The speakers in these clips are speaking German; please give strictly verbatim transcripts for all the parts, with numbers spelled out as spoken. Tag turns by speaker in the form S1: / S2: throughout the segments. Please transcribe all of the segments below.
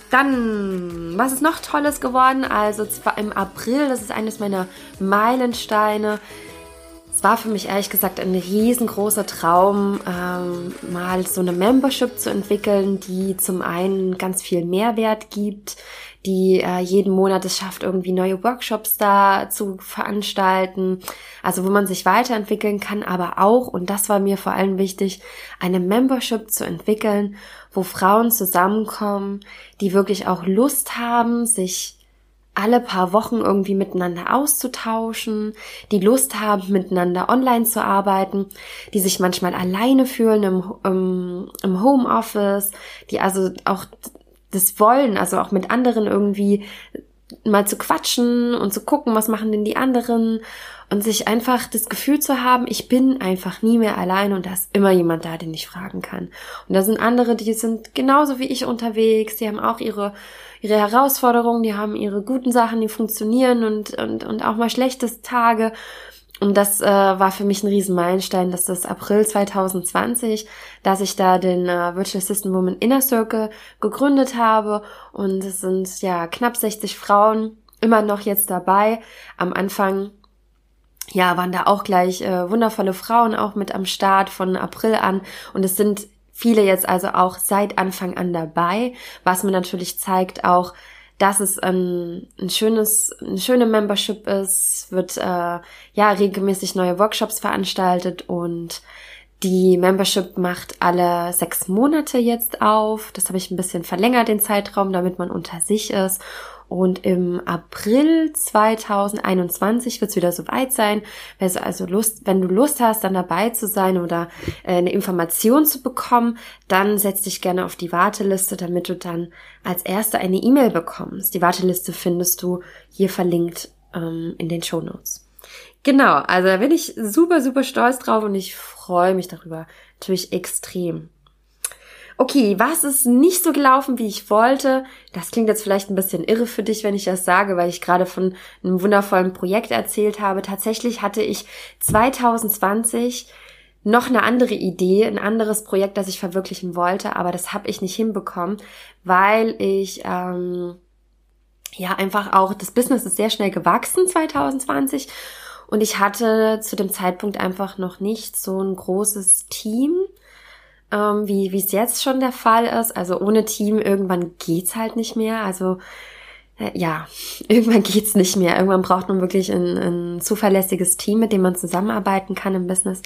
S1: Dann, was ist noch Tolles geworden? Also zwar im April, das ist eines meiner Meilensteine. Es war für mich ehrlich gesagt ein riesengroßer Traum, ähm, mal so eine Membership zu entwickeln, die zum einen ganz viel Mehrwert gibt, die äh, jeden Monat es schafft, irgendwie neue Workshops da zu veranstalten, also wo man sich weiterentwickeln kann, aber auch, und das war mir vor allem wichtig, eine Membership zu entwickeln, wo Frauen zusammenkommen, die wirklich auch Lust haben, sich alle paar Wochen irgendwie miteinander auszutauschen, die Lust haben, miteinander online zu arbeiten, die sich manchmal alleine fühlen im, im, im Homeoffice, die also auch das wollen, also auch mit anderen irgendwie mal zu quatschen und zu gucken, was machen denn die anderen und sich einfach das Gefühl zu haben, ich bin einfach nie mehr allein und da ist immer jemand da, den ich fragen kann. Und da sind andere, die sind genauso wie ich unterwegs, die haben auch ihre ihre Herausforderungen, die haben ihre guten Sachen, die funktionieren und und und auch mal schlechte Tage. Und das äh, war für mich ein riesen Meilenstein, dass das April zwanzig zwanzig, dass ich da den äh, Virtual Assistant Woman Inner Circle gegründet habe. Und es sind ja knapp sechzig Frauen immer noch jetzt dabei. Am Anfang ja waren da auch gleich äh, wundervolle Frauen auch mit am Start von April an. Und es sind viele jetzt also auch seit Anfang an dabei, was mir natürlich zeigt auch, dass es ein, ein schönes, eine schöne Membership ist, wird äh, ja regelmäßig neue Workshops veranstaltet und die Membership macht alle sechs Monate jetzt auf. Das habe ich ein bisschen verlängert, den Zeitraum, damit man unter sich ist. Und im April zwanzig einundzwanzig wird es wieder soweit sein. Wenn du also Lust, wenn du Lust hast, dann dabei zu sein oder äh, eine Information zu bekommen, dann setz dich gerne auf die Warteliste, damit du dann als Erste eine E-Mail bekommst. Die Warteliste findest du hier verlinkt ähm, in den Shownotes. Genau, also da bin ich super, super stolz drauf und ich freue mich darüber natürlich extrem. Okay, was ist nicht so gelaufen, wie ich wollte? Das klingt jetzt vielleicht ein bisschen irre für dich, wenn ich das sage, weil ich gerade von einem wundervollen Projekt erzählt habe. Tatsächlich hatte ich zwanzig zwanzig noch eine andere Idee, ein anderes Projekt, das ich verwirklichen wollte, aber das habe ich nicht hinbekommen, weil ich ähm, ja einfach auch, das Business ist sehr schnell gewachsen zwanzig zwanzig und ich hatte zu dem Zeitpunkt einfach noch nicht so ein großes Team, Ähm, wie wie es jetzt schon der Fall ist. Also ohne Team, irgendwann geht's halt nicht mehr. Also äh, ja, irgendwann geht's nicht mehr. Irgendwann braucht man wirklich ein, ein zuverlässiges Team, mit dem man zusammenarbeiten kann im Business.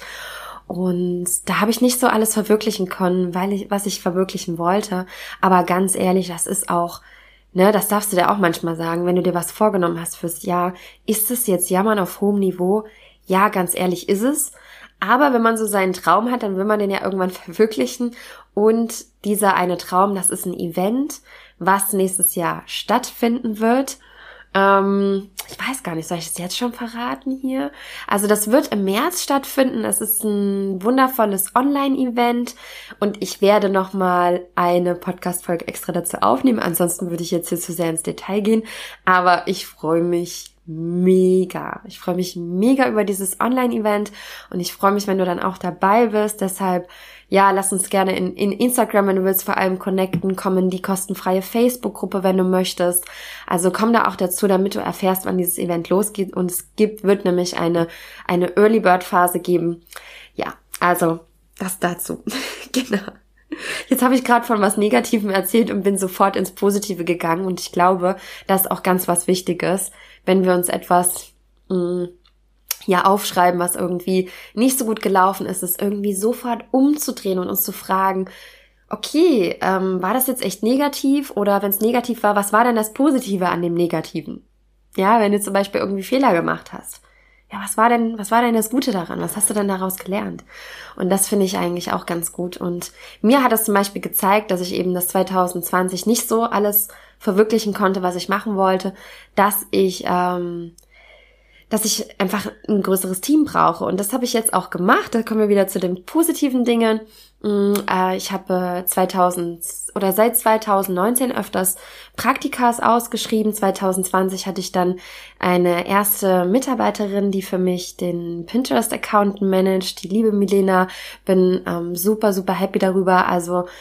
S1: Und da habe ich nicht so alles verwirklichen können, weil ich, was ich verwirklichen wollte. Aber ganz ehrlich, das ist auch, ne, das darfst du dir auch manchmal sagen, wenn du dir was vorgenommen hast fürs Jahr. Ist es jetzt Jammern auf hohem Niveau? Ja, ganz ehrlich ist es. Aber wenn man so seinen Traum hat, dann will man den ja irgendwann verwirklichen. Und dieser eine Traum, das ist ein Event, was nächstes Jahr stattfinden wird. Ähm, ich weiß gar nicht, soll ich es jetzt schon verraten hier? Also das wird im März stattfinden. Es ist ein wundervolles Online-Event. Und ich werde nochmal eine Podcast-Folge extra dazu aufnehmen. Ansonsten würde ich jetzt hier zu sehr ins Detail gehen. Aber ich freue mich mega. Ich freue mich mega über dieses Online-Event und ich freue mich, wenn du dann auch dabei bist. Deshalb, ja, lass uns gerne in, in Instagram, wenn du willst, vor allem connecten, komm in die kostenfreie Facebook-Gruppe, wenn du möchtest. Also komm da auch dazu, damit du erfährst, wann dieses Event losgeht und es gibt, wird nämlich eine, eine Early Bird Phase geben. Ja, also das dazu. Genau. Jetzt habe ich gerade von was Negativem erzählt und bin sofort ins Positive gegangen und ich glaube, das ist auch ganz was Wichtiges, wenn wir uns etwas mh, ja aufschreiben, was irgendwie nicht so gut gelaufen ist, es irgendwie sofort umzudrehen und uns zu fragen, okay, ähm, war das jetzt echt negativ oder wenn es negativ war, was war denn das Positive an dem Negativen? Ja, wenn du zum Beispiel irgendwie Fehler gemacht hast. Ja, was war denn, was war denn das Gute daran? Was hast du denn daraus gelernt? Und das finde ich eigentlich auch ganz gut. Und mir hat es zum Beispiel gezeigt, dass ich eben das zwanzig zwanzig nicht so alles verwirklichen konnte, was ich machen wollte, dass ich, ähm, dass ich einfach ein größeres Team brauche. Und das habe ich jetzt auch gemacht. Da kommen wir wieder zu den positiven Dingen. Ich habe zweitausend oder seit zwanzig neunzehn öfters Praktikas ausgeschrieben. zwanzig zwanzig hatte ich dann eine erste Mitarbeiterin, die für mich den Pinterest-Account managt, die liebe Milena. Bin ähm, super, super happy darüber. Also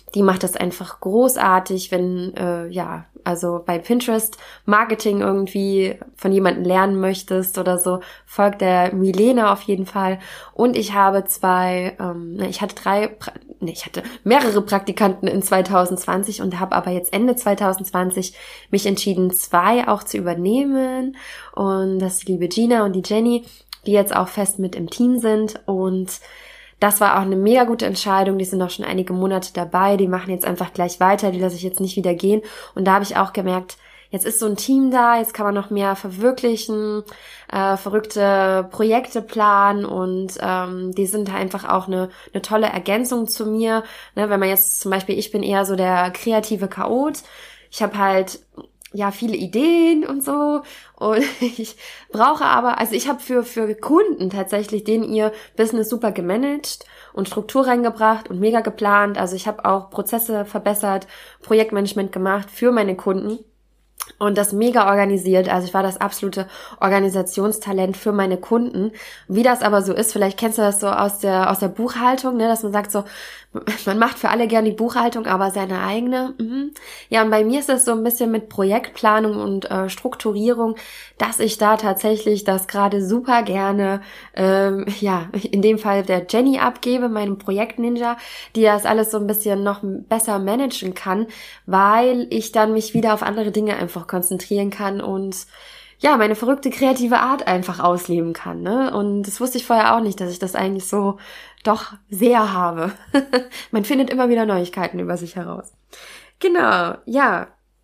S1: Die macht das einfach großartig, wenn, äh, ja, also bei Pinterest Marketing irgendwie von jemandem lernen möchtest oder so, folgt der Milena auf jeden Fall. Und ich habe zwei, ähm, ne, ich hatte drei, ne, ich hatte mehrere Praktikanten in zwanzig zwanzig und habe aber jetzt Ende zwanzig zwanzig mich entschieden, zwei auch zu übernehmen. Und das ist die liebe Gina und die Jenny, die jetzt auch fest mit im Team sind. Und das war auch eine mega gute Entscheidung. Die sind auch schon einige Monate dabei. Die machen jetzt einfach gleich weiter. Die lasse ich jetzt nicht wieder gehen. Und da habe ich auch gemerkt, jetzt ist so ein Team da. Jetzt kann man noch mehr verwirklichen, äh, verrückte Projekte planen. Und ähm, die sind einfach auch eine, eine tolle Ergänzung zu mir. Ne, wenn man jetzt zum Beispiel, ich bin eher so der kreative Chaot. Ich habe halt ja viele Ideen und so und ich brauche aber, also ich habe für für Kunden tatsächlich denen ihr Business super gemanagt und Struktur reingebracht und mega geplant, also ich habe auch Prozesse verbessert, Projektmanagement gemacht für meine Kunden und das mega organisiert, also ich war das absolute Organisationstalent für meine Kunden. Wie das aber so ist, vielleicht kennst du das so aus der aus der Buchhaltung, ne, dass man sagt so, man macht für alle gerne die Buchhaltung, aber seine eigene. Mhm. Ja, und bei mir ist es so ein bisschen mit Projektplanung und äh, Strukturierung, dass ich da tatsächlich das gerade super gerne, ähm, ja, in dem Fall der Jenny abgebe, meinem Projektninja, die das alles so ein bisschen noch besser managen kann, weil ich dann mich wieder auf andere Dinge einfach konzentrieren kann und ja, meine verrückte kreative Art einfach ausleben kann, ne? Und das wusste ich vorher auch nicht, dass ich das eigentlich so doch sehr habe. Man findet immer wieder Neuigkeiten über sich heraus. Genau, ja.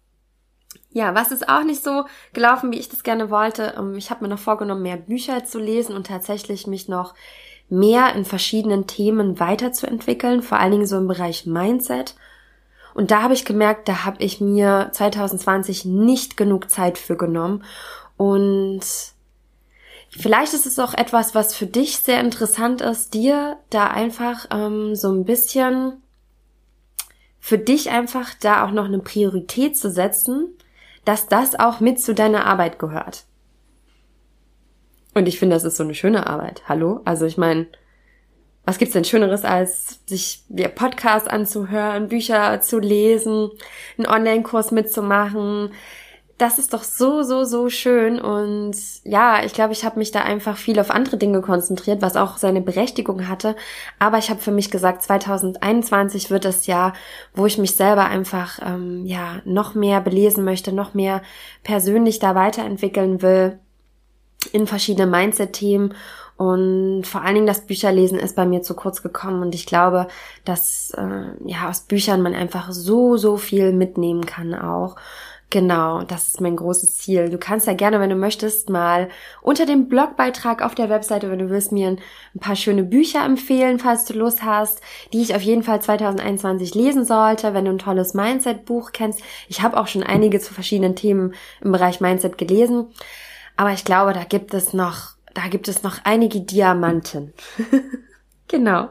S1: Ja, was ist auch nicht so gelaufen, wie ich das gerne wollte. Ich habe mir noch vorgenommen, mehr Bücher zu lesen und tatsächlich mich noch mehr in verschiedenen Themen weiterzuentwickeln, vor allen Dingen so im Bereich Mindset. Und da habe ich gemerkt, da habe ich mir zwanzig zwanzig nicht genug Zeit für genommen. Und vielleicht ist es auch etwas, was für dich sehr interessant ist, dir da einfach ähm, so ein bisschen für dich einfach da auch noch eine Priorität zu setzen, dass das auch mit zu deiner Arbeit gehört. Und ich finde, das ist so eine schöne Arbeit. Hallo? Also ich meine, was gibt's denn Schöneres, als sich ja, Podcasts anzuhören, Bücher zu lesen, einen Online-Kurs mitzumachen? Das ist doch so, so, so schön und ja, ich glaube, ich habe mich da einfach viel auf andere Dinge konzentriert, was auch seine Berechtigung hatte, aber ich habe für mich gesagt, zwanzig einundzwanzig wird das Jahr, wo ich mich selber einfach ähm, ja noch mehr belesen möchte, noch mehr persönlich da weiterentwickeln will in verschiedene Mindset-Themen und vor allen Dingen das Bücherlesen ist bei mir zu kurz gekommen und ich glaube, dass äh, ja aus Büchern man einfach so, so viel mitnehmen kann auch. Genau, das ist mein großes Ziel. Du kannst ja gerne, wenn du möchtest, mal unter dem Blogbeitrag auf der Webseite, wenn du willst, mir ein, ein paar schöne Bücher empfehlen, falls du Lust hast, die ich auf jeden Fall zwanzig einundzwanzig lesen sollte, wenn du ein tolles Mindset-Buch kennst. Ich habe auch schon einige zu verschiedenen Themen im Bereich Mindset gelesen, aber ich glaube, da gibt es noch, da gibt es noch einige Diamanten. Genau.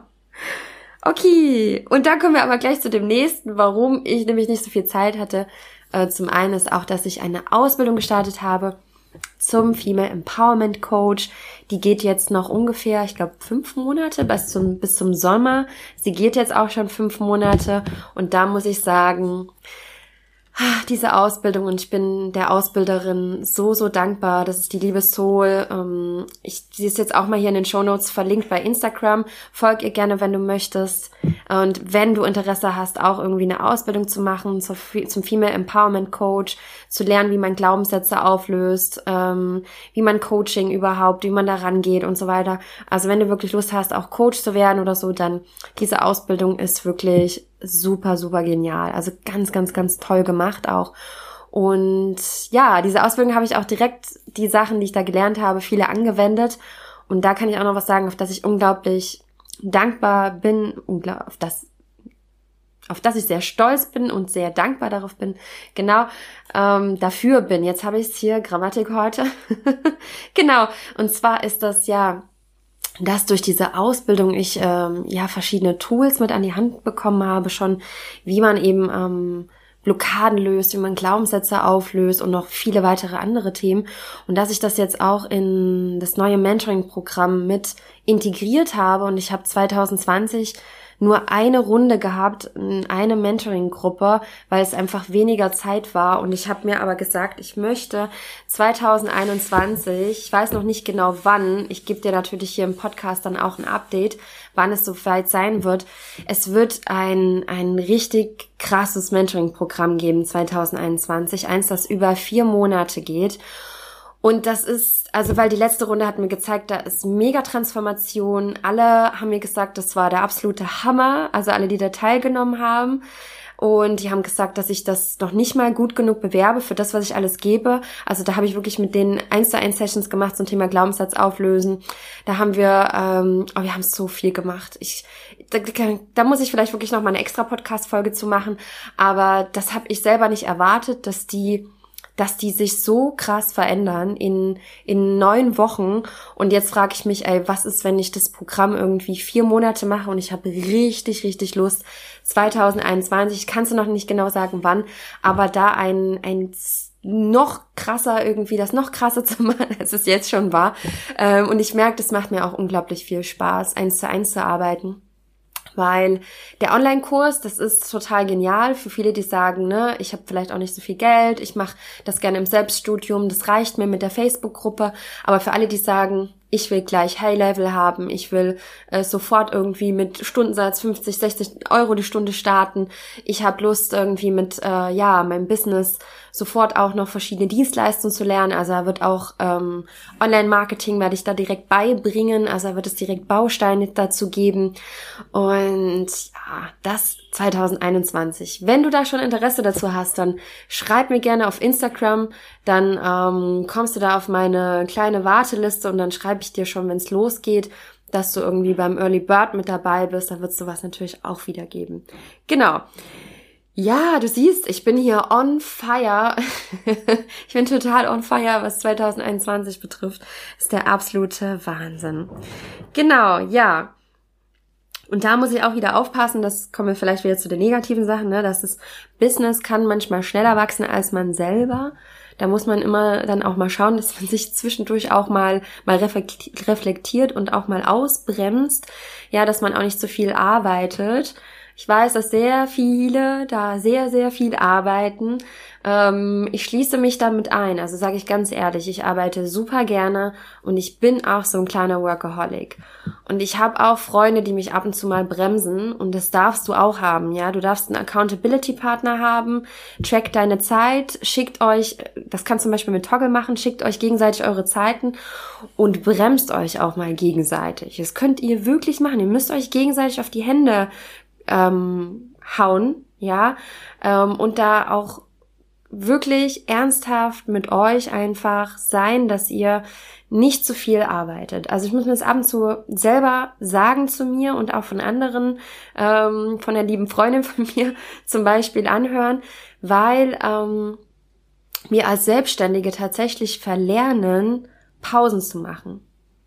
S1: Okay, und dann kommen wir aber gleich zu dem nächsten, warum ich nämlich nicht so viel Zeit hatte. Zum einen ist auch, dass ich eine Ausbildung gestartet habe zum Female Empowerment Coach. Die geht jetzt noch ungefähr, ich glaube, fünf Monate bis zum, bis zum Sommer. Sie geht jetzt auch schon fünf Monate und da muss ich sagen, diese Ausbildung und ich bin der Ausbilderin so, so dankbar. Das ist die liebe Sol. Ähm, ich, sie ist jetzt auch mal hier in den Shownotes verlinkt bei Instagram. Folg ihr gerne, wenn du möchtest. Und wenn du Interesse hast, auch irgendwie eine Ausbildung zu machen zur, zum Female Empowerment Coach, zu lernen, wie man Glaubenssätze auflöst, ähm, wie man Coaching überhaupt, wie man da rangeht und so weiter. Also wenn du wirklich Lust hast, auch Coach zu werden oder so, dann diese Ausbildung ist wirklich super, super genial. Also ganz, ganz, ganz toll gemacht auch. Und ja, diese Ausbildung habe ich auch direkt die Sachen, die ich da gelernt habe, viele angewendet. Und da kann ich auch noch was sagen, auf das ich unglaublich dankbar bin, auf das, auf das ich sehr stolz bin und sehr dankbar darauf bin, genau, ähm, dafür bin. Jetzt habe ich es hier, Grammatik heute. Genau, und zwar ist das ja, dass durch diese Ausbildung ich ähm, ja verschiedene Tools mit an die Hand bekommen habe, schon wie man eben ähm, Blockaden löst, wie man Glaubenssätze auflöst und noch viele weitere andere Themen. Und dass ich das jetzt auch in das neue Mentoring-Programm mit integriert habe und ich habe zwanzig zwanzig nur eine Runde gehabt, eine Mentoring-Gruppe, weil es einfach weniger Zeit war. Und ich habe mir aber gesagt, ich möchte zwanzig einundzwanzig, ich weiß noch nicht genau wann, ich gebe dir natürlich hier im Podcast dann auch ein Update, wann es soweit sein wird. Es wird ein ein richtig krasses Mentoring-Programm geben zwanzig einundzwanzig, eins, das über vier Monate geht. Und das ist, also weil die letzte Runde hat mir gezeigt, da ist mega Transformation. Alle haben mir gesagt, das war der absolute Hammer, also alle, die da teilgenommen haben. Und die haben gesagt, dass ich das noch nicht mal gut genug bewerbe für das, was ich alles gebe. Also da habe ich wirklich mit denen eins zu eins Sessions gemacht zum Thema Glaubenssatz auflösen. Da haben wir, ähm, oh, wir haben so viel gemacht. Ich, da, da muss ich vielleicht wirklich noch mal eine extra Podcast-Folge zu machen. Aber das habe ich selber nicht erwartet, dass die dass die sich so krass verändern in in neun Wochen. Und jetzt frage ich mich, ey, was ist, wenn ich das Programm irgendwie vier Monate mache und ich habe richtig, richtig Lust, zwanzig einundzwanzig, ich kann es noch nicht genau sagen, wann, aber da ein ein noch krasser irgendwie, das noch krasser zu machen, als es jetzt schon war. Und ich merke, das macht mir auch unglaublich viel Spaß, eins zu eins zu arbeiten. Weil der Online-Kurs, das ist total genial für viele, die sagen, ne, ich habe vielleicht auch nicht so viel Geld, ich mache das gerne im Selbststudium, das reicht mir mit der Facebook-Gruppe. Aber für alle, die sagen, ich will gleich High-Level haben, ich will äh, sofort irgendwie mit Stundensatz fünfzig, sechzig Euro die Stunde starten, ich habe Lust irgendwie mit äh, ja meinem Business sofort auch noch verschiedene Dienstleistungen zu lernen, also da wird auch ähm, Online-Marketing werde ich da direkt beibringen, also da wird es direkt Bausteine dazu geben und ja, das zwanzig einundzwanzig. Wenn du da schon Interesse dazu hast, dann schreib mir gerne auf Instagram, dann ähm, kommst du da auf meine kleine Warteliste und dann schreibe ich dir schon, wenn es losgeht, dass du irgendwie beim Early Bird mit dabei bist, dann wird es sowas natürlich auch wieder geben. Genau. Ja, du siehst, ich bin hier on fire. Ich bin total on fire, was zwanzig einundzwanzig betrifft. Das ist der absolute Wahnsinn. Genau, ja. Und da muss ich auch wieder aufpassen, das kommen wir vielleicht wieder zu den negativen Sachen, ne, dass das Business kann manchmal schneller wachsen als man selber. Da muss man immer dann auch mal schauen, dass man sich zwischendurch auch mal mal reflektiert und auch mal ausbremst. Ja, dass man auch nicht zu viel arbeitet. Ich weiß, dass sehr viele da sehr, sehr viel arbeiten. Ähm, ich schließe mich damit ein. Also sage ich ganz ehrlich, ich arbeite super gerne und ich bin auch so ein kleiner Workaholic. Und ich habe auch Freunde, die mich ab und zu mal bremsen und das darfst du auch haben. Ja, du darfst einen Accountability-Partner haben, track deine Zeit, schickt euch, das kannst du zum Beispiel mit Toggle machen, schickt euch gegenseitig eure Zeiten und bremst euch auch mal gegenseitig. Das könnt ihr wirklich machen. Ihr müsst euch gegenseitig auf die Hände ähm, hauen, ja, ähm, und da auch wirklich ernsthaft mit euch einfach sein, dass ihr nicht zu viel arbeitet. Also ich muss mir das ab und zu selber sagen zu mir und auch von anderen, ähm, von der lieben Freundin von mir zum Beispiel anhören, weil ähm, wir als Selbstständige tatsächlich verlernen, Pausen zu machen.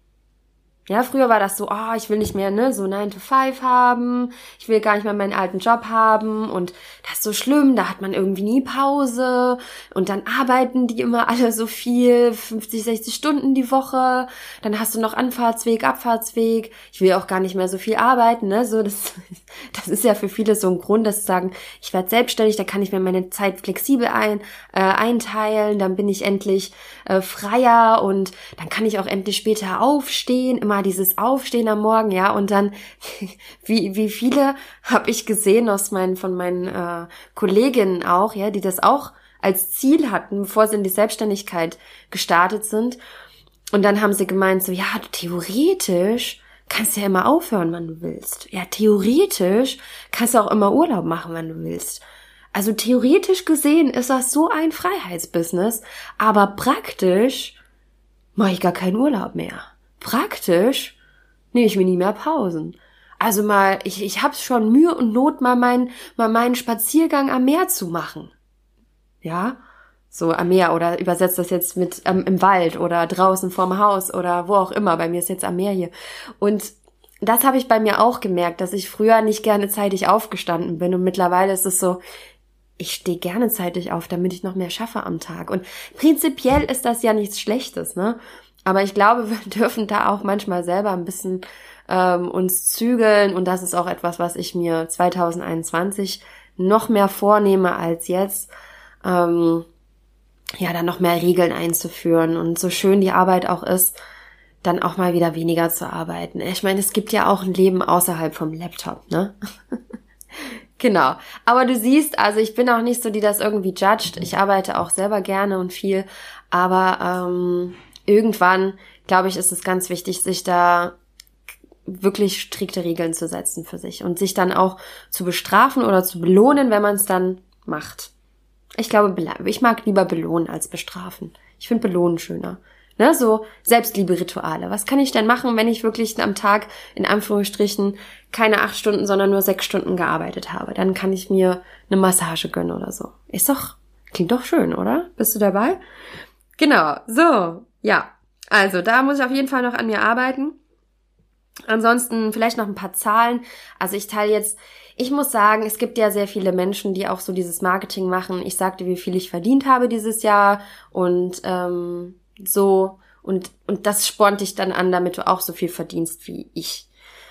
S1: Ja, früher war das so, oh, ich will nicht mehr, ne, so nine to five haben, ich will gar nicht mehr meinen alten Job haben und das ist so schlimm, da hat man irgendwie nie Pause und dann arbeiten die immer alle so viel, fünfzig, sechzig Stunden die Woche, dann hast du noch Anfahrtsweg, Abfahrtsweg, ich will auch gar nicht mehr so viel arbeiten, ne, so, das, das ist ja für viele so ein Grund, dass sie sagen, ich werde selbstständig, da kann ich mir meine Zeit flexibel ein, äh, einteilen, dann bin ich endlich äh, freier und dann kann ich auch endlich später aufstehen, immer dieses Aufstehen am Morgen, ja, und dann, wie wie viele habe ich gesehen aus meinen, von meinen äh, Kolleginnen auch, ja, die das auch als Ziel hatten, bevor sie in die Selbstständigkeit gestartet sind. Und dann haben sie gemeint, so, ja, theoretisch kannst du ja immer aufhören, wann du willst. Ja, theoretisch kannst du auch immer Urlaub machen, wann du willst. Also theoretisch gesehen ist das so ein Freiheitsbusiness, aber praktisch mache ich gar keinen Urlaub mehr. Praktisch nehme ich mir nie mehr Pausen. Also mal, ich, ich hab's schon Mühe und Not, mal, mein, mal meinen Spaziergang am Meer zu machen. Ja, so am Meer oder übersetzt das jetzt mit ähm, im Wald oder draußen vorm Haus oder wo auch immer. Bei mir ist jetzt am Meer hier. Und das habe ich bei mir auch gemerkt, dass ich früher nicht gerne zeitig aufgestanden bin und mittlerweile ist es so, ich stehe gerne zeitig auf, damit ich noch mehr schaffe am Tag. Und prinzipiell ist das ja nichts Schlechtes, ne? Aber ich glaube, wir dürfen da auch manchmal selber ein bisschen ähm, uns zügeln. Und das ist auch etwas, was ich mir zwanzig einundzwanzig noch mehr vornehme als jetzt. Ähm, ja, dann noch mehr Regeln einzuführen. Und so schön die Arbeit auch ist, dann auch mal wieder weniger zu arbeiten. Ich meine, es gibt ja auch ein Leben außerhalb vom Laptop, ne? Genau. Aber du siehst, also ich bin auch nicht so, die das irgendwie judgt. Ich arbeite auch selber gerne und viel. Aber ähm, irgendwann, glaube ich, ist es ganz wichtig, sich da wirklich strikte Regeln zu setzen für sich und sich dann auch zu bestrafen oder zu belohnen, wenn man es dann macht. Ich glaube, ich mag lieber belohnen als bestrafen. Ich finde belohnen schöner. Ne, so Selbstliebe-Rituale. Was kann ich denn machen, wenn ich wirklich am Tag in Anführungsstrichen keine acht Stunden, sondern nur sechs Stunden gearbeitet habe? Dann kann ich mir eine Massage gönnen oder so. Ist doch, klingt doch schön, oder? Bist du dabei? Genau, so, ja. Also, da muss ich auf jeden Fall noch an mir arbeiten. Ansonsten vielleicht noch ein paar Zahlen. Also ich teile jetzt, ich muss sagen, es gibt ja sehr viele Menschen, die auch so dieses Marketing machen. Ich sagte, wie viel ich verdient habe dieses Jahr und ähm, so und und das spornt dich dann an, damit du auch so viel verdienst wie ich.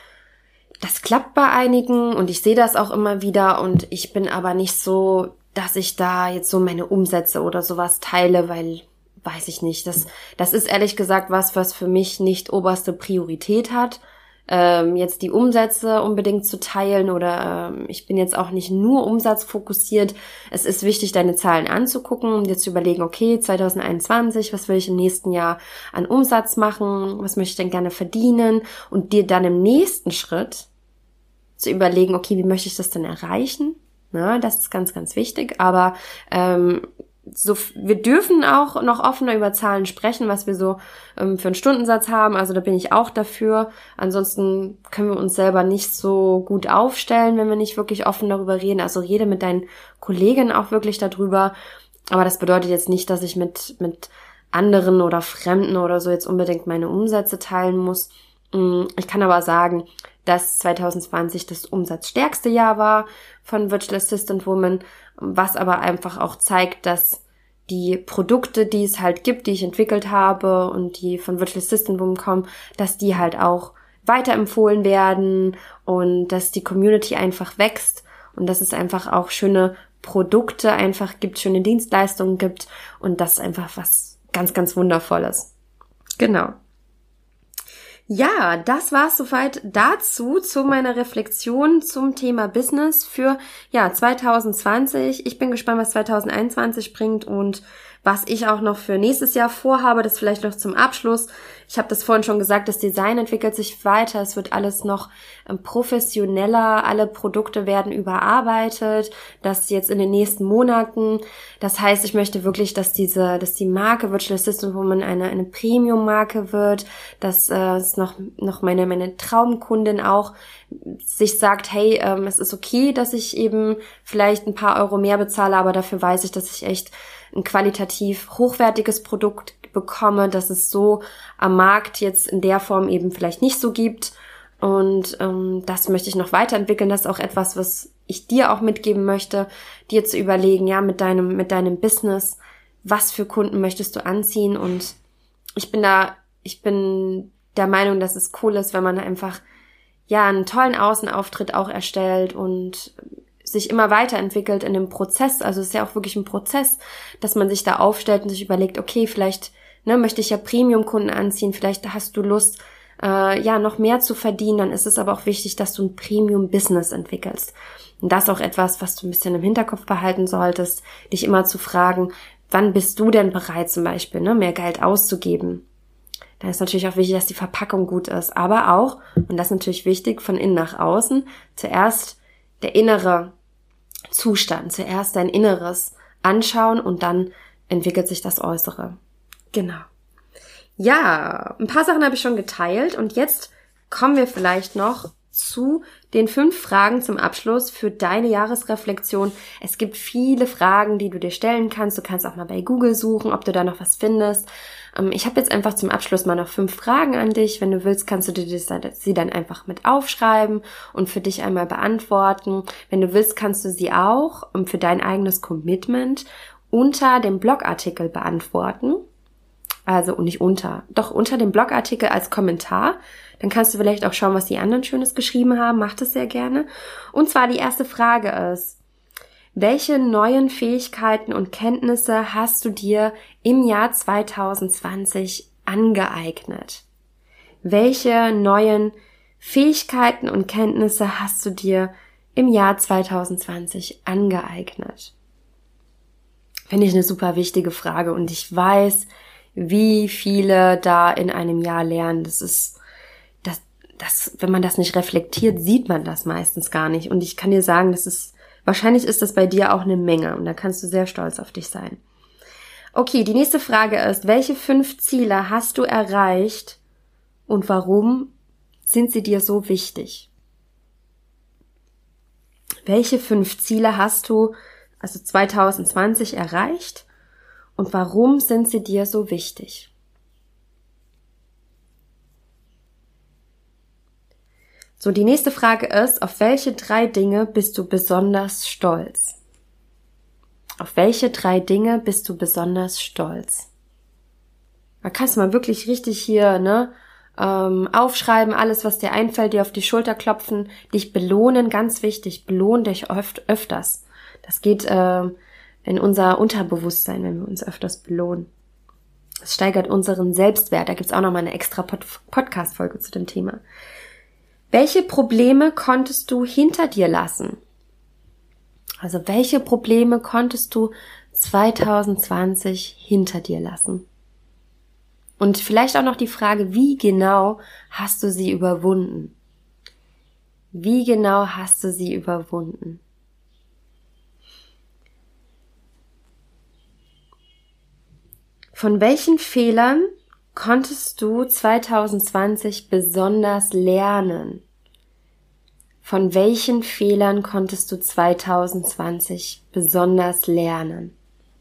S1: Das klappt bei einigen und ich sehe das auch immer wieder und ich bin aber nicht so, dass ich da jetzt so meine Umsätze oder sowas teile, weil, weiß ich nicht, das das ist ehrlich gesagt was, was für mich nicht oberste Priorität hat. Ähm, jetzt die Umsätze unbedingt zu teilen oder ähm, ich bin jetzt auch nicht nur umsatzfokussiert. Es ist wichtig, deine Zahlen anzugucken und dir zu überlegen, okay, zwanzig einundzwanzig, was will ich im nächsten Jahr an Umsatz machen, was möchte ich denn gerne verdienen und dir dann im nächsten Schritt zu überlegen, okay, wie möchte ich das denn erreichen? Na, das ist ganz, ganz wichtig, aber ähm, so, wir dürfen auch noch offener über Zahlen sprechen, was wir so ähm, für einen Stundensatz haben. Also da bin ich auch dafür. Ansonsten können wir uns selber nicht so gut aufstellen, wenn wir nicht wirklich offen darüber reden. Also rede mit deinen Kollegen auch wirklich darüber. Aber das bedeutet jetzt nicht, dass ich mit mit anderen oder Fremden oder so jetzt unbedingt meine Umsätze teilen muss. Ich kann aber sagen, dass zwanzig zwanzig das umsatzstärkste Jahr war von Virtual Assistant Woman, was aber einfach auch zeigt, dass die Produkte, die es halt gibt, die ich entwickelt habe und die von Virtual Assistant Woman kommen, dass die halt auch weiterempfohlen werden und dass die Community einfach wächst und dass es einfach auch schöne Produkte einfach gibt, schöne Dienstleistungen gibt und das ist einfach was ganz, ganz Wundervolles. Genau. Ja, das war's soweit dazu, zu meiner Reflexion zum Thema Business für ja zwanzig zwanzig. Ich bin gespannt, was zwanzig einundzwanzig bringt und was ich auch noch für nächstes Jahr vorhabe, das vielleicht noch zum Abschluss. Ich habe das vorhin schon gesagt, das Design entwickelt sich weiter, es wird alles noch ähm, professioneller, alle Produkte werden überarbeitet, das jetzt in den nächsten Monaten. Das heißt, ich möchte wirklich, dass diese, dass die Marke Virtual Assistant Woman eine eine Premium-Marke wird, dass äh, es noch noch meine meine Traumkundin auch sich sagt, hey, ähm, es ist okay, dass ich eben vielleicht ein paar Euro mehr bezahle, aber dafür weiß ich, dass ich echt ein qualitativ hochwertiges Produkt bekomme, dass es so am Markt jetzt in der Form eben vielleicht nicht so gibt. Und ähm, das möchte ich noch weiterentwickeln. Das ist auch etwas, was ich dir auch mitgeben möchte, dir zu überlegen, ja, mit deinem mit deinem Business, was für Kunden möchtest du anziehen? Und ich bin da, ich bin der Meinung, dass es cool ist, wenn man einfach ja einen tollen Außenauftritt auch erstellt und sich immer weiterentwickelt in dem Prozess. Also es ist ja auch wirklich ein Prozess, dass man sich da aufstellt und sich überlegt, okay, vielleicht ne, möchte ich ja Premium-Kunden anziehen, vielleicht hast du Lust, äh, ja, noch mehr zu verdienen, dann ist es aber auch wichtig, dass du ein Premium-Business entwickelst. Und das ist auch etwas, was du ein bisschen im Hinterkopf behalten solltest, dich immer zu fragen, wann bist du denn bereit zum Beispiel, ne, mehr Geld auszugeben? Da ist natürlich auch wichtig, dass die Verpackung gut ist, aber auch, und das ist natürlich wichtig, von innen nach außen, zuerst der innere Zustand, zuerst dein Inneres anschauen und dann entwickelt sich das Äußere. Genau. Ja, ein paar Sachen habe ich schon geteilt und jetzt kommen wir vielleicht noch zu den fünf Fragen zum Abschluss für deine Jahresreflexion. Es gibt viele Fragen, die du dir stellen kannst. Du kannst auch mal bei Google suchen, ob du da noch was findest. Ich habe jetzt einfach zum Abschluss mal noch fünf Fragen an dich. Wenn du willst, kannst du dir sie dann einfach mit aufschreiben und für dich einmal beantworten. Wenn du willst, kannst du sie auch für dein eigenes Commitment unter dem Blogartikel beantworten. Also und nicht unter, doch unter dem Blogartikel als Kommentar. Dann kannst du vielleicht auch schauen, was die anderen Schönes geschrieben haben. Mach das sehr gerne. Und zwar die erste Frage ist, welche neuen Fähigkeiten und Kenntnisse hast du dir im Jahr zwanzig zwanzig angeeignet? Welche neuen Fähigkeiten und Kenntnisse hast du dir im Jahr zwanzig zwanzig angeeignet? Finde ich eine super wichtige Frage und ich weiß, wie viele da in einem Jahr lernen. Das ist, das, das, wenn man das nicht reflektiert, sieht man das meistens gar nicht. Und ich kann dir sagen, das ist, wahrscheinlich ist das bei dir auch eine Menge und da kannst du sehr stolz auf dich sein. Okay, die nächste Frage ist, welche fünf Ziele hast du erreicht und warum sind sie dir so wichtig? Welche fünf Ziele hast du also zwanzig zwanzig erreicht und warum sind sie dir so wichtig? So, die nächste Frage ist, auf welche drei Dinge bist du besonders stolz? Auf welche drei Dinge bist du besonders stolz? Da kannst du mal wirklich richtig hier, ne, ähm, aufschreiben, alles, was dir einfällt, dir auf die Schulter klopfen, dich belohnen, ganz wichtig, belohn dich öf- öfters. Das geht äh, in unser Unterbewusstsein, wenn wir uns öfters belohnen. Es steigert unseren Selbstwert. Da gibt's auch nochmal eine extra Pod- Podcast-Folge zu dem Thema. Welche Probleme konntest du hinter dir lassen? Also welche Probleme konntest du zwanzig zwanzig hinter dir lassen? Und vielleicht auch noch die Frage, wie genau hast du sie überwunden? Wie genau hast du sie überwunden? Von welchen Fehlern konntest du zwanzig zwanzig besonders lernen? Von welchen Fehlern konntest du zwanzig zwanzig besonders lernen?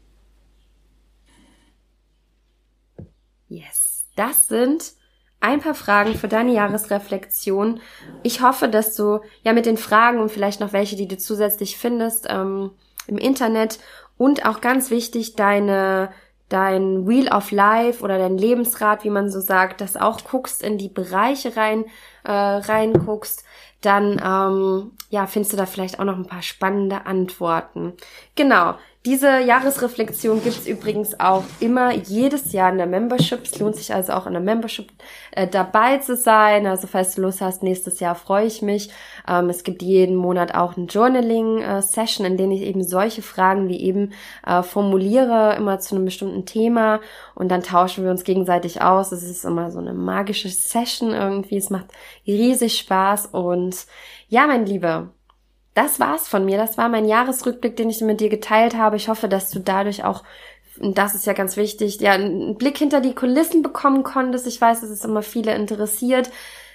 S1: Yes, das sind ein paar Fragen für deine Jahresreflexion. Ich hoffe, dass du ja mit den Fragen und vielleicht noch welche, die du zusätzlich findest ähm, im Internet und auch ganz wichtig, deine dein Wheel of Life oder dein Lebensrad, wie man so sagt, dass auch guckst, in die Bereiche rein äh, reinguckst, dann ähm, ja findest du da vielleicht auch noch ein paar spannende Antworten. Genau, diese Jahresreflexion gibt's übrigens auch immer jedes Jahr in der Membership. Es lohnt sich also auch in der Membership äh, dabei zu sein. Also falls du Lust hast, nächstes Jahr freue ich mich. Ähm, es gibt jeden Monat auch eine Journaling-Session, in denen ich eben solche Fragen wie eben äh, formuliere, immer zu einem bestimmten Thema. Und dann tauschen wir uns gegenseitig aus. Es ist immer so eine magische Session irgendwie. Es macht riesig Spaß. Und ja, mein Lieber, das war's von mir. Das war mein Jahresrückblick, den ich mit dir geteilt habe. Ich hoffe, dass du dadurch auch, und das ist ja ganz wichtig, ja, einen Blick hinter die Kulissen bekommen konntest. Ich weiß, dass es immer viele interessiert.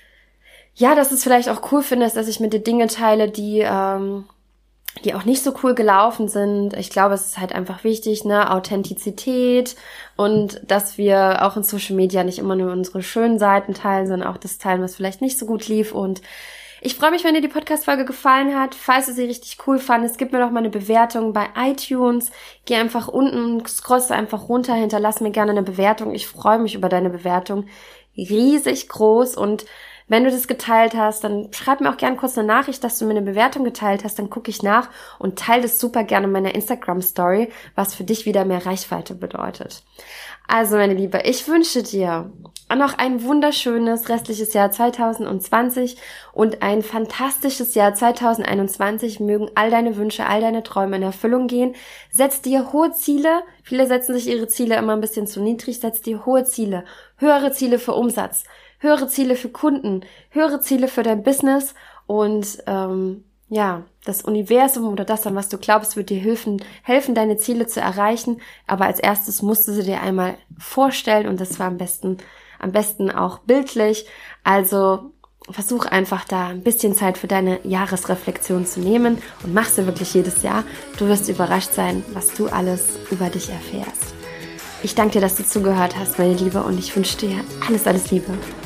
S1: Ja, dass du es vielleicht auch cool findest, dass ich mit dir Dinge teile, die, ähm, die auch nicht so cool gelaufen sind. Ich glaube, es ist halt einfach wichtig, ne, Authentizität und dass wir auch in Social Media nicht immer nur unsere schönen Seiten teilen, sondern auch das teilen, was vielleicht nicht so gut lief. Und ich freue mich, wenn dir die Podcast-Folge gefallen hat. Falls du sie richtig cool fandest, gib mir doch mal eine Bewertung bei iTunes. Geh einfach unten, scrollst einfach runter, hinterlass mir gerne eine Bewertung. Ich freue mich über deine Bewertung. Riesig groß. Und wenn du das geteilt hast, dann schreib mir auch gerne kurz eine Nachricht, dass du mir eine Bewertung geteilt hast. Dann gucke ich nach und teile das super gerne in meiner Instagram-Story, was für dich wieder mehr Reichweite bedeutet. Also, meine Liebe, ich wünsche dir noch ein wunderschönes restliches Jahr zwanzig zwanzig und ein fantastisches Jahr zwanzig einundzwanzig. Mögen all deine Wünsche, all deine Träume in Erfüllung gehen. Setz dir hohe Ziele. Viele setzen sich ihre Ziele immer ein bisschen zu niedrig. Setz dir hohe Ziele, höhere Ziele für Umsatz, höhere Ziele für Kunden, höhere Ziele für dein Business und ähm, ja, das Universum oder das, an was du glaubst, wird dir helfen, helfen, deine Ziele zu erreichen. Aber als erstes musst du sie dir einmal vorstellen und das war am besten, am besten auch bildlich. Also versuch einfach da ein bisschen Zeit für deine Jahresreflexion zu nehmen und mach sie wirklich jedes Jahr. Du wirst überrascht sein, was du alles über dich erfährst. Ich danke dir, dass du zugehört hast, meine Liebe, und ich wünsche dir alles, alles Liebe.